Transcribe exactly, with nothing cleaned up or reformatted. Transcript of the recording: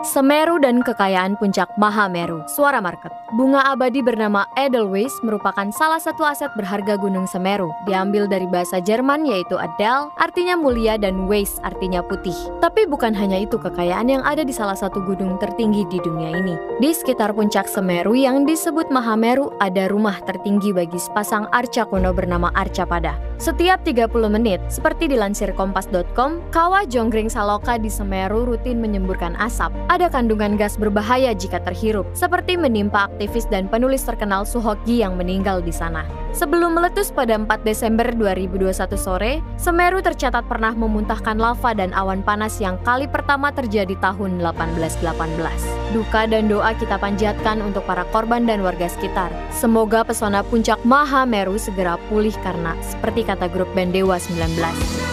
Semeru dan kekayaan puncak Mahameru. Suara market. Bunga abadi bernama Edelweiss merupakan salah satu aset berharga Gunung Semeru. Diambil dari bahasa Jerman yaitu Edel, artinya mulia, dan Weiss artinya putih. Tapi bukan hanya itu kekayaan yang ada di salah satu gunung tertinggi di dunia ini. Di sekitar puncak Semeru yang disebut Mahameru ada rumah tertinggi bagi sepasang arca kuno bernama Arcapada. Setiap tiga puluh menit, seperti dilansir kompas dot com, Kawah Jonggring Saloka di Semeru rutin menyemburkan asap. Ada kandungan gas berbahaya jika terhirup, seperti menimpa aktivis dan penulis terkenal Suhoki yang meninggal di sana. Sebelum meletus pada empat Desember dua ribu dua puluh satu sore, Semeru tercatat pernah memuntahkan lava dan awan panas yang kali pertama terjadi tahun delapan belas delapan belas. Duka dan doa kita panjatkan untuk para korban dan warga sekitar. Semoga pesona puncak Mahameru segera pulih karena seperti kata grup band Dewa sembilan belas.